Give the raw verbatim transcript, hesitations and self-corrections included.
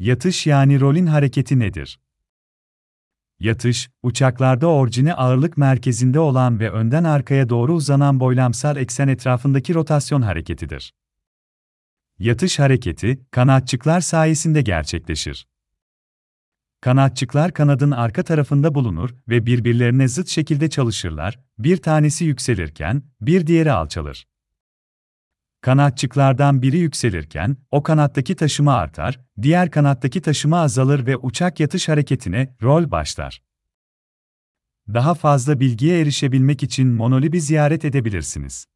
Yatış yani rolling hareketi nedir? Yatış, uçaklarda orijini ağırlık merkezinde olan ve önden arkaya doğru uzanan boylamsal eksen etrafındaki rotasyon hareketidir. Yatış hareketi, kanatçıklar sayesinde gerçekleşir. Kanatçıklar kanadın arka tarafında bulunur ve birbirlerine zıt şekilde çalışırlar, bir tanesi yükselirken, bir diğeri alçalır. Kanatçıklardan biri yükselirken, o kanattaki taşıma artar, diğer kanattaki taşıma azalır ve uçak yatış hareketine, rol başlar. Daha fazla bilgiye erişebilmek için Monolib'i ziyaret edebilirsiniz.